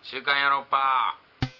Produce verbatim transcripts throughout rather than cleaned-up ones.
週刊ヨーロッパ。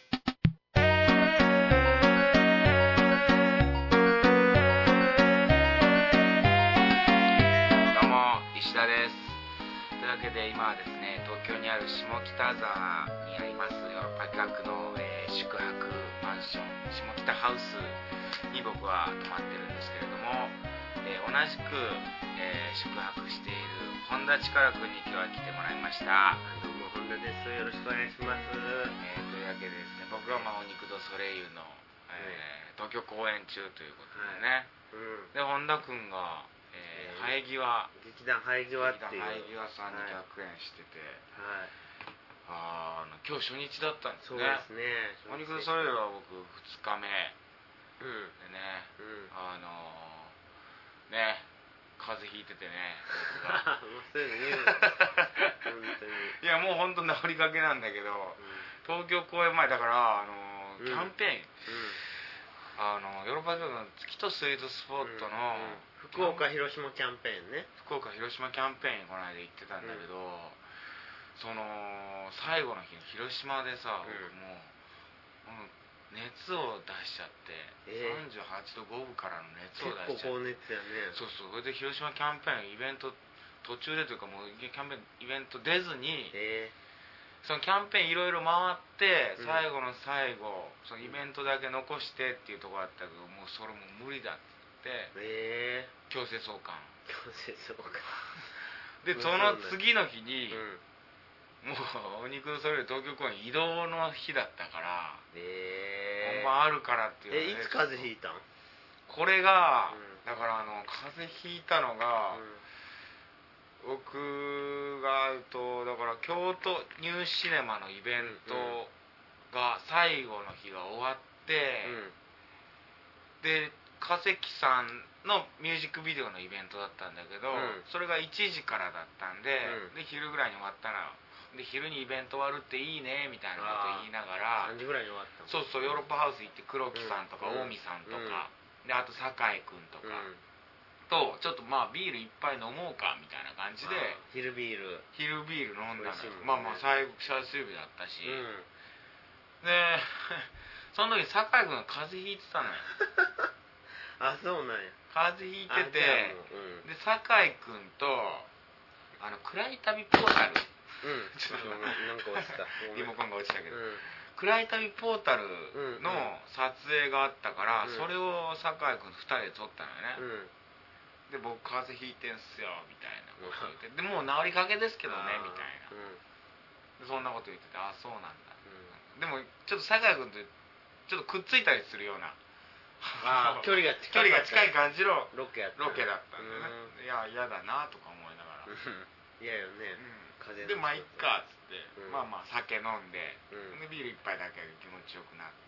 どうも石田です。というわけで今はですね、東京にある下北沢にありますヨーロッパ企画の、えー、宿泊マンション下北ハウスに僕は泊まってるんですけれども、えー、同じく、えー、宿泊している本田力君に今日は来てもらいました。 どうも本田です。よろしくお願いします。 えー、というわけでですね、僕はまあお肉とソレイユの、えー、東京公演中ということでね、はい、うん、で本田君が、えー、生え際劇団生え際っていう劇団生え際さんに客演してて、 はい、 ああ今日初日だったんですね。 そうですね。 お肉とソレイユは僕ふつかめ、うん、でね、 うん、 あのー、ね風邪ひいててねもうそういうの言うの本当にいやもう本当治りかけなんだけど、うん、東京公演前だからあのー、キャンペーン、うんうん、あのヨーロッパの月とスイートスポットの、うんうん、 福岡広島キャンペーンね。 福岡広島キャンペーンこの間行ってたんだけど、うん、その最後の日の広島でさ、うん、僕もう、うん熱を出しちゃって、えー、さんじゅうはちどごぶからの熱を出しちゃって、 結構高熱やね。 そうそう、それで広島キャンペーンイベント途中でというかもうキャンペーンイベント出ずに、えー、そのキャンペーンいろいろ回って最後の最後、うん、そのイベントだけ残してっていうところだったけど、もうそれも無理だって言って、えー、強制送還強制送還でその次の日に、うんもうお肉のそれ東京公演移動の日だったから、えー、本番あるからっていうえいつ風邪ひいたん？ これが、うん、だからあの風邪ひいたのが、うん、僕がとだから京都ニューシネマのイベントが最後の日が終わって、うん、で化石さんのミュージックビデオのイベントだったんだけど、うん、それがいちじからだったんで、うん、で昼ぐらいに終わったらで昼にイベント終わるっていいねみたいなこと言いながらさんじぐらいに終わったの。 そうそうヨーロッパハウス行って黒木さんとか近江さんとか、うん、であと酒井君とか、うん、とちょっとまあビールいっぱい飲もうかみたいな感じで昼ビール昼ビール飲んだの、ね、まあまあ最後最終日だったし、うん、でその時酒井君が風邪ひいてたのよあそうなんや。 風邪ひいてて、うん、で酒井君とあの暗い旅ポータルうん、ちょっとなんか落ちたリモコンが落ちたけど、うん、暗い旅ポータルの撮影があったから、うん、それを酒井君とふたりで撮ったのよね、うん、で僕風邪ひいてんすよみたいなこと言って、うん、でもう治りかけですけどねみたいな、うん、そんなこと言っててあそうなんだ、うん、でもちょっと酒井君とちょっとくっついたりするようなあ距離が近い距離が近い感じのロケやったロケだったんでね、うん、いや嫌だなとか思いながら嫌よね、 うん、でまあいっかっつって、うん、まあまあ酒飲んで、うん、でビール一杯だけで気持ちよくなって、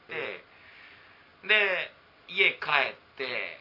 うん、で家帰って、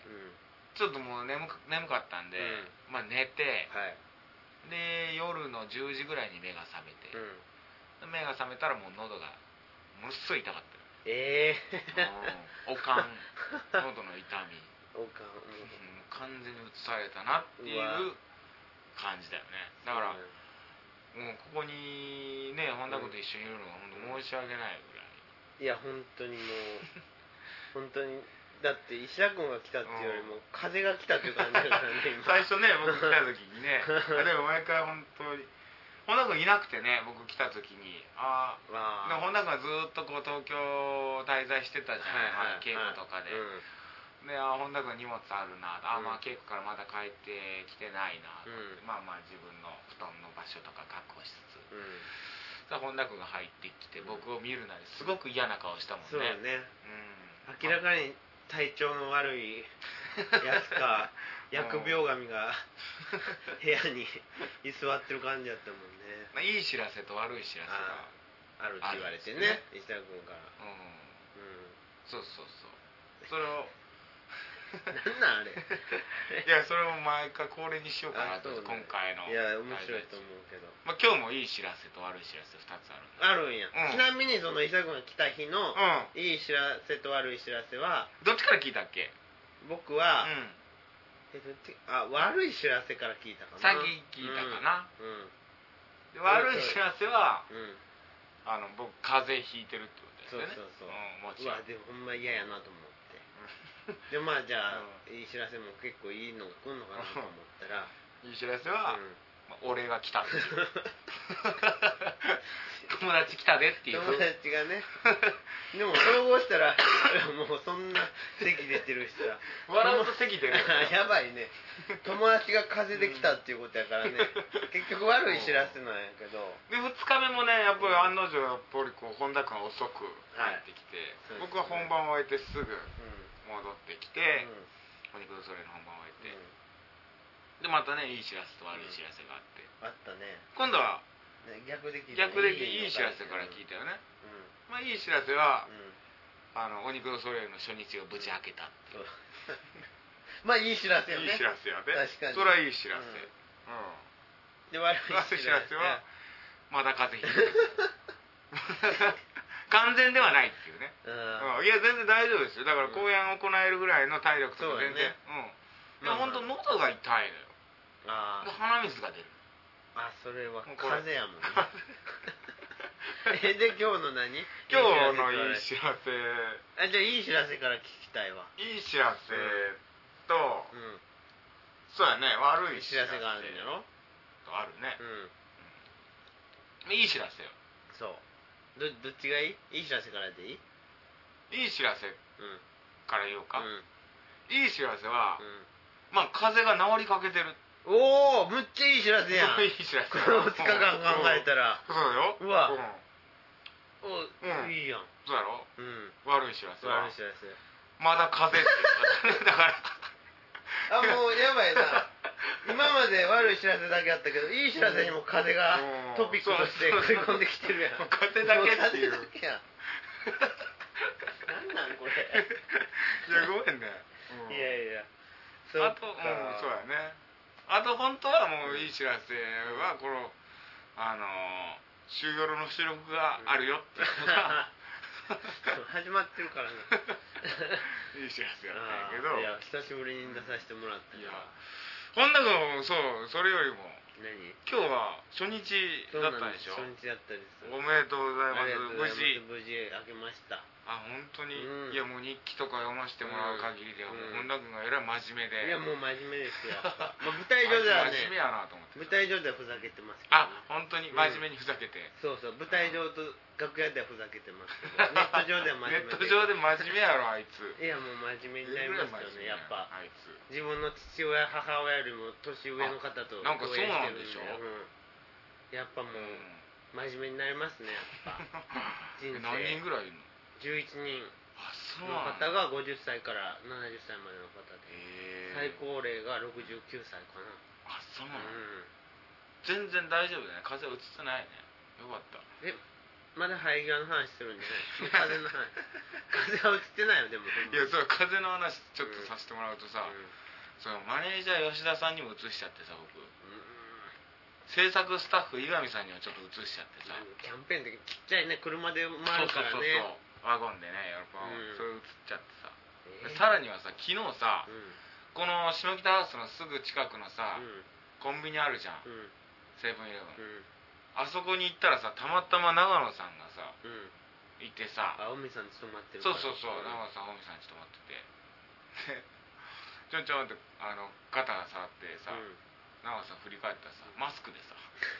うん、ちょっともう 眠, 眠かったんで、うん、まあ寝て、はい、で夜のじゅうじぐらいに目が覚めて、うん、目が覚めたらもう喉がものすごい痛かった。ええー、おかん喉の痛みおかん、うんうん、完全に移されたなっていう感じだよね。だから、うん、もうここにね本田君と一緒にいるのが本当申し訳ないぐらい、 いや本当にもう本当にだって石田君が来たっていうよりも、うん、風が来たっていう感じだからね最初ね僕来た時にねでも毎回本当に本田君いなくてね僕来た時にああでも本田君はずっとこう東京滞在してたじゃない、はいはい、稽古とかで、うんであ本田君荷物あるなあ、うん、まあ稽古からまだ帰ってきてないなと、うん、まあまあ自分の布団の場所とか確保しつつ、うん、本田君が入ってきて僕を見るなりすごく嫌な顔したもんね。 そうね、うん、明らかに体調の悪いやつか疫病神が部屋に居座ってる感じだったもんね。 まあ、いい知らせと悪い知らせがあるって言われてね石田君から、うん、うん、 そうそうそうそれをなんなんあれいやそれを毎回恒例にしようかなと、ね、今回のいや面白いと思うけど、 まあ、今日もいい知らせと悪い知らせふたつあるんあるんや、うん、ちなみにその伊佐君が来た日の、うん、いい知らせと悪い知らせはどっちから聞いたっけ？ 僕は、うん、えどっちあ悪い知らせから聞いたかな。 先聞いたかな、うんうん、で悪い知らせは、うん、 あの僕風邪ひいてるってことですよね。 そうそうそう、 うん、もちろん。 うわでもほんま嫌やなと思ってでまあじゃあ、うん、いい知らせも結構いいの来んのかなと思ったらいい知らせは、 うんまあ、俺が来たっていう友達来たでっていう友達がねでも総合したらもうそんな咳出てるしさ笑うと咳出るやばいね友達が風邪で来たっていうことやからね、うん、結局悪い知らせなんやけどでふつかめもねやっぱり案の定やっぱりこう本田君は遅く帰ってきて、はい、僕は本番を終えてすぐ戻ってきて、うん、お肉のそれの本番を終えて、うん、でまたねいい知らせと悪い知らせがあって、 うん、あったね今度は逆で聞いた逆でいい知らせから聞いたよね、うん、まあいい知らせは、うん、あのお肉のソレイユの初日が無事開けたっていうまあいい知らせよねいい知らせやで確かにそれはいい知らせ、うんうん、 で悪い知らせはまだ風邪ひいてる完全ではないっていうね、うん、いや全然大丈夫ですよだから公演を行えるぐらいの体力とか全然、うん、いや本当喉が痛いのよあで鼻水が出るあそれは風邪やもんねえで今日の何今日のいい知らせあじゃあいい知らせから聞きたいわいい知らせと、うん、そうやね悪い知らせがあるんやろとあるね、うんうん、いい知らせよそうど, どっちがいいいい知らせからでいいいい知らせから言おうか、うん、いい知らせは、 うん、 まあ風邪が治りかけてるおおむっちゃいい知らせやんいい知らせこのふつかかん考えたら、 うん、そうようわ、 うん、 お、うん、いいやんそうやろ、 うん、 悪い知らせは悪い知らせまだ風邪ってだからあもうやばいな今まで悪い知らせだけあったけどいい知らせにも風がトピックとして食い込んできてるやん風だけっていう風だけやんなんなんこれいやごめんね、 うん、いやいやそうあと、うん、そうやねあと本当はもういい知らせはこのあの週夜の収録があるよっていうのが始まってるからねいい知らせやったんやけどいや久しぶりに出させてもらったいや本田君そうそれよりも何今日は初日だったでしょ初日だったですおめでとうございます無事無事開けましたあ本当に、うん、いやもう日記とか読ませてもらう限りでは、うん、もう本田君がえらい真面目でいやもう真面目ですよまあ舞台上ではね真面目やなと思って舞台上ではふざけてますけど、ね、あ本当に真面目にふざけて、 うん、そうそう舞台上と楽屋ではふざけてますけどネット上では真面目ネット上で真面目やろあいついやもう真面目になりますよねやっぱあいつ自分の父親母親よりも年上の方となんかそうなんでしょ、 うん、やっぱもう、うん、真面目になりますねやっぱ人生何人ぐらいいるのじゅういちにんあそうの方がごじゅっさいからななじゅっさいまでの方で最高齢がろくじゅうきゅうさいかなあそうなの、うん、全然大丈夫だね風邪うつってないねよかったえまだ生え際の話するんじゃない風邪の話風邪はうつってないよでもいやそう風邪の話ちょっとさせてもらうとさ、うん、そのマネージャー吉田さんにもうつしちゃってさ僕、うん、制作スタッフ井上さんにはちょっとうつしちゃってさ、うん、 キャンペーンでちっちゃいね車で回るからねそうそうそうワゴンでねやっぱ、うん、それ映っちゃってさ、えー、さらにはさ昨日さ、うん、この下北ハウスのすぐ近くのさ、うん、コンビニあるじゃん、うん、セブンイレブン、うん、あそこに行ったらさたまたま長野さんがさ、うん、いてさあおみさんち泊まってるそうそうそう、うん、長野さんおみさんち泊まっててちょんちょんってあの肩が触ってさ、うん、長野さん振り返ったらさマスクでさ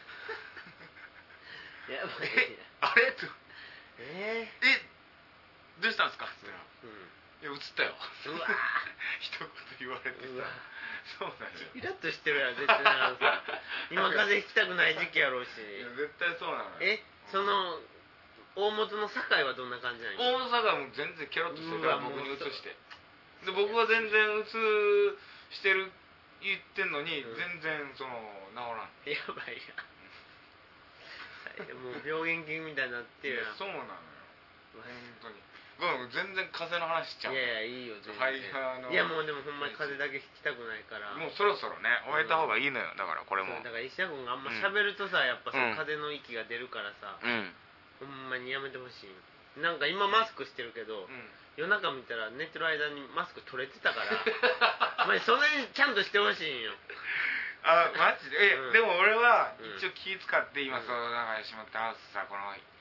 やばいえあれとえー、 えどうしたんですかって言ったら、うん、いや映ったようわ一言言われてさそうなんですよイラッとしてるやん絶対なさ今風邪ひきたくない時期やろうしいや絶対そうなのよえその大元の堺はどんな感じなの大元の堺はもう全然ケロッとしてるから僕に移してで僕は全然移してる言ってんのに、うん、全然その治らんやばいやもう病原菌みたいになってるやんそうなのよ本当に全然風邪の話しちゃういやいやいいよ全然、はい、あのいやもうでもほんまに風邪だけひきたくないからもうそろそろね終えた方がいいのよ、うん、だからこれもだから石田君があんま喋るとさ、うん、やっぱその風邪の息が出るからさ、うん、ほんまにやめてほしいなんか今マスクしてるけど、うん、夜中見たら寝てる間にマスク取れてたからお前そんなにちゃんとしてほしいんよあマジでえ、うん、でも俺は一応気使って今、うん、そのなんか下北ハウスさこの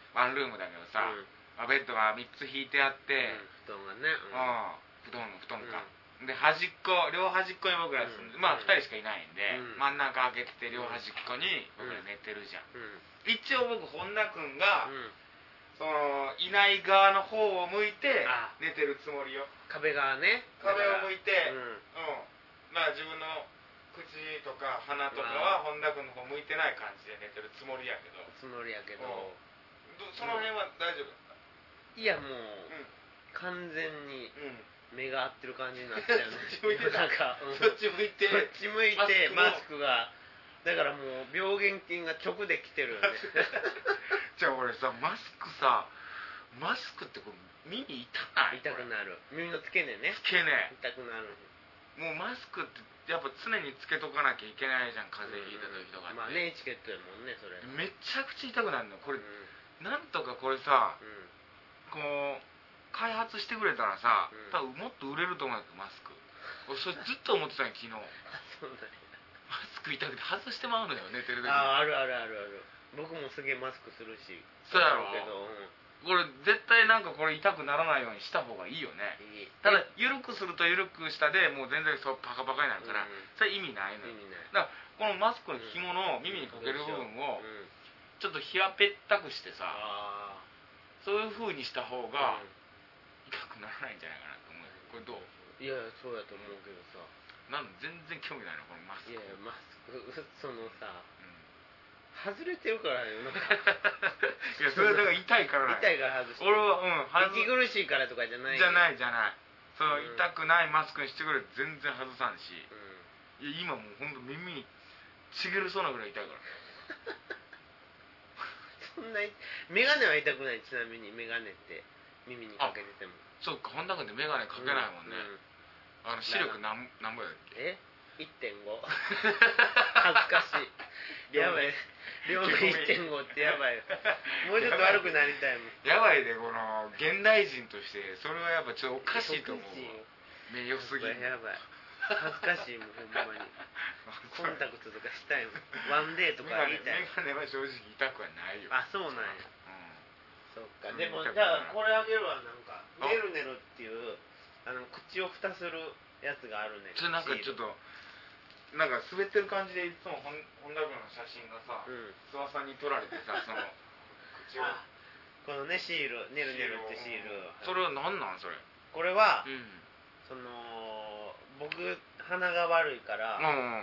ワンルームだけどさ、うんまあ、ベッドがみっつ引いてあって、 うん、布団がね、 うん、布団の布団か、うん、で端っこ両端っこに僕ら住んで、うん、まあふたりしかいないんで、うん、真ん中開けてて両端っこに僕ら寝てるじゃん、うん、一応僕本田君が、うん、そのいない側の方を向いて寝てるつもりよ。 壁側ね、 壁を向いて、うん、うん、まあ自分の口とか鼻とかは本田君の方向いてない感じで寝てるつもりやけどつもりやけど、 その辺は大丈夫だった？ いやもう、うん、完全に目が合ってる感じになったよね。なんか、うん、 そっち向いてそっち向いてマスクがだからもう病原菌が直で来てるよね。 じゃあ俺さマスクさマスクってこう耳痛ない？ 痛くなる。耳の付け根ね。 付け根痛くなる。 もうマスクってやっぱ常につけとかなきゃいけないじゃん、風邪ひいた時とかって、うん、 まあねエチケットやもんねそれ。 めちゃくちゃ痛くなるのこれ、うん、なんとかこれさ、うん、こう開発してくれたらさ、うん、多分もっと売れると思うんだけどマスク俺それずっと思ってたんよ昨日。 そうだね。 マスク痛くて外してまうのよ寝てる時に。 あああるあるあるある。僕もすげえマスクするし。 そうやろうけど、うんこれ絶対なんかこれ痛くならないようにした方がいいよね。いいただ緩くすると緩くしたでもう全然そうパカパカになるから、うん、それ意味ないのよ。だからこのマスクの紐の耳にかける部分をちょっと平べったくしてさ、うん、そういう風にした方が痛くならないんじゃないかなと思う。これどう？ いやそうやと思うけどさ。 なん全然興味ないのこのマスク。 いやマスクそのさ。うん外れてるからよなんかいやそれだから痛いから痛いから外して俺はうん息苦しいからとかじゃないじゃないじゃないその、うん、痛くないマスクにしてくれ全然外さんし、うん、いや今もうほんと耳にちぎれそうなぐらい痛いからそんなメガネは痛くない。ちなみにメガネって耳にかけててもそうか本田君ってメガネかけないもんね、うんうん、あの視力なんなんぼやっけえ いってんご 恥ずかしいやばい両目 いってんご ってやばいもうちょっと悪くなりたいもん。 やばいでこの現代人としてそれはやっぱちょっとおかしいと思う目良すぎるやばい恥ずかしいもんほんまにコンタクトとかしたいもんワンデーとか言いたい。 メガネは正直痛くはないよ。 あそうなんや、うん、そっかでもじゃあこれあげるわなんかネルネルっていうあの口を蓋するやつがあるね。 それなんかちょっとなんか滑ってる感じでいつも本田君の写真がさ、うん、諏訪さんに撮られてさその口をこのねシールネルネルってシールそれは何なんそれ。 これは、うん、その僕鼻が悪いから、うん、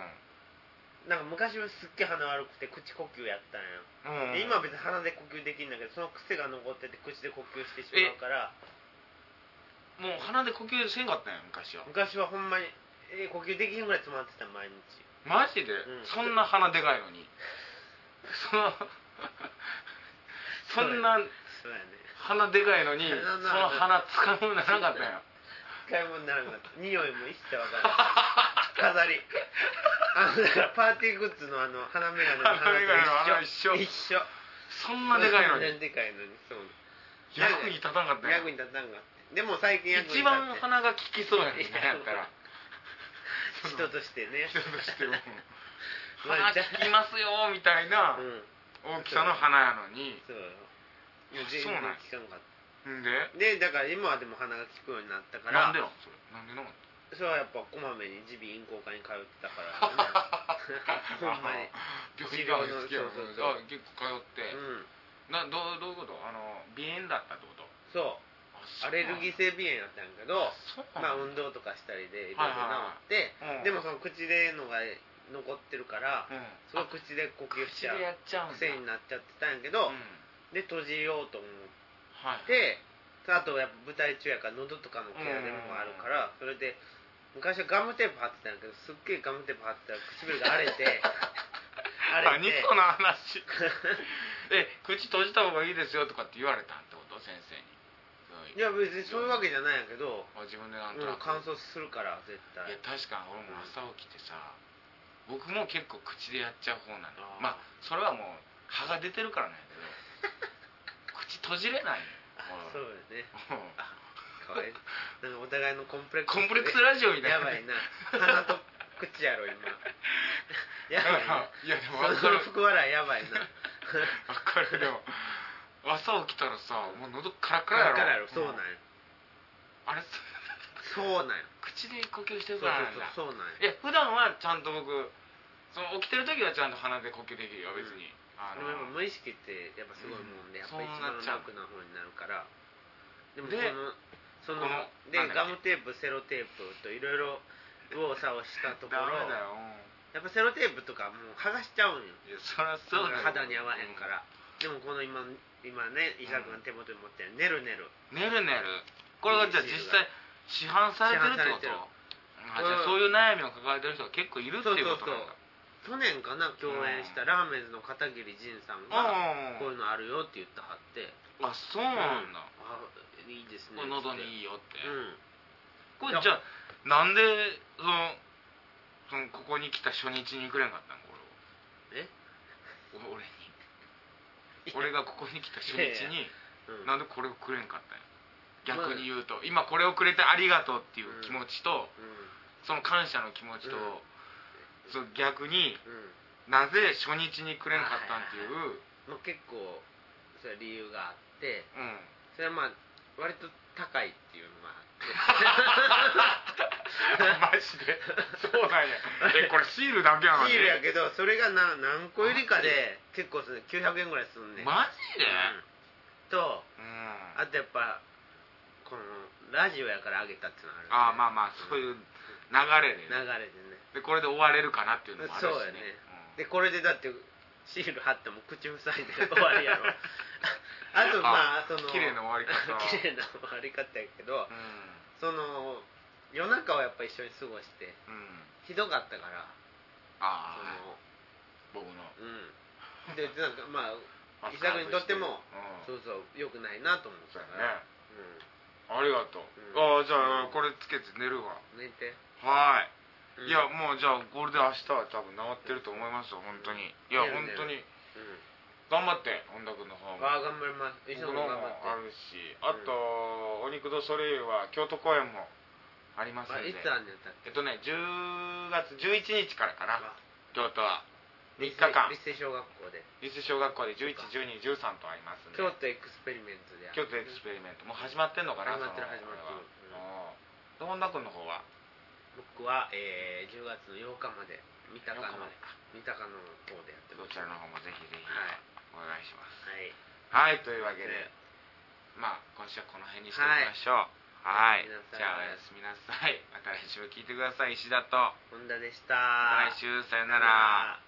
なんか昔はすっげえ鼻悪くて口呼吸やったんや、うん、で今は別に鼻で呼吸できるんだけどその癖が残ってて口で呼吸してしまうからもう鼻で呼吸せんかったんや昔は。 昔はほんまにえー、呼吸できへんぐらい詰まってた毎日。 マジで、うん、そんな鼻でかいのにそのそんなそうやね鼻でかいのにその鼻使うもんならなかったんや。 使うもんならなかった。匂いも一切わからない飾りあのだからパーティーグッズのあの鼻眼鏡の鼻と一緒一緒そんなでかいのにそんなでかいのにそう役に立たんかったんや。 役に立たんかったでも最近役に立って一番鼻が効きそうやねんやったら人としてね人としても鼻効きますよみたいな大きさの鼻やのに、 そういや全然効かんかったんででだから今はでも鼻が効くようになったから。 なんでなんそれなんでなんそれはやっぱこまめに耳鼻咽喉科に通ってたからほんまに病院が好きやろ。あ結構通って、うん、などうどういうことあの鼻炎だったってこと。 そうアレルギー性鼻炎やったんやけどまあ運動とかしたりでいろいろ治って、はいはいはい、でもその口でのが残ってるから、うん、すごい口で呼吸しちゃう癖になっちゃってたんやけど、うん、で閉じようと思って、はいはい、あとやっぱ舞台中やから喉とかのケアでもあるから、それで昔はガムテープ貼ってたんやけどすっげえガムテープ貼ってたら唇が荒れて荒れて何その話え口閉じた方がいいですよとかって言われたんってこと先生に。 いや別にそういうわけじゃないんやけど自分でなんとなく、 うん、乾燥するから絶対。 いや確かに俺も朝起きてさ、うん、僕も結構口でやっちゃう方なのよ。まあそれはもう歯が出てるからなんやけど口閉じれないのよ。 あそうよねかわいいなんかお互いのコンプレックスコンプレックスラジオみたいなやばいな鼻と口やろ今やばいな。いやでも分かるその福笑いやばいな分かるでも朝起きたらさ、もう喉カラカラやろ。 カラカラやろ。そうなんや、 あれそうなんや、 口で呼吸してるからなんだ。 そうそうそうなんや。いや普段はちゃんと僕その起きてる時はちゃんと鼻で呼吸できるよ別に、 うん、あの無意識ってやっぱすごいもんで、うん、やっぱ一番楽な方になるから。でもこのそのでガムテープセロテープといろいろ右往左往したところやっぱセロテープとかもう剥がしちゃうんよ。 いやそりゃそうだよ、 肌に合わへんから、うん、でもこの今今ね伊沢君が手元に持ってるねるねるねるねるこれがじゃあ実際市販されてるってこと？あ、じゃあそういう悩みを抱えてる人が結構いるっていうことなんだ。 去年かな共演したラーメンズの片桐仁さんがこういうのあるよって言ってはって、 あ、そうなんだ、 うん、あ、いいですね、 これ喉にいいよって、うん、これじゃあなんでそのそのここに来た初日にくれんかったんこれをえ俺に俺がここに来た初日になんでこれをくれんかったんや逆に言うと、今これをくれてありがとうっていう気持ちと、うんうん、その感謝の気持ちと、うん、その逆に、うん、なぜ初日にくれんかったんっていう、 まあ、結構それは理由があって、 うん、 それはまあ割と高いっていうのがあってマジでそうなんや。え、これシールだけやのにシールやけどそれがな何個入りかで結構するきゅうひゃくえんぐらいすんねん。 マジで、 うん、と、うん、あとやっぱこのラジオやからあげたっていうのがある、ね、 ああまあまあそういう流れで、ね、 流れでねでこれで終われるかなっていうのもあるし、ね、 そうやね、うん、でこれでだってシール貼っても口塞いで終わりやろあとまあその綺麗な終わり方綺麗な終わり方やけど、うん、その夜中をやっぱ一緒に過ごして、うん、ひどかったから、 ああ僕のうんでなんかまあ伊沢君にとっても、うん、そうそうよくないなと思ったからね、 うん、ありがとう、うん、ああじゃあこれつけて寝るわ寝てはい、うん、いやもうじゃあこれで明日は多分治ってると思いますよ本当に、いや本当に、うん、頑張って本田君の方もああ頑張ります。 僕の方もあるし、あと、うん、お肉ドソレイユは京都公演もありますので、 いつあんねんだっけ。 えっとねじゅうがつじゅういちにちからかな、京都はみっかかん立成小学校で立成小学校でじゅういち、じゅうに、じゅうさんとありますんで、 京都エクスペリメントで京都エクスペリメントもう始まってんのかな。 始まってる始まってる、 うん、本田君の方は僕は、えー、じゅうがつのようかまで三鷹の三鷹の方でやってます。 そちらの方もぜひぜひ、はい、お願いします。 はい、 はい、というわけで、ね、まあ今週はこの辺にしておきましょう。はい、はい、じゃあおやすみなさい。また来週聞いてください。石田と本田でした。 また来週さよなら。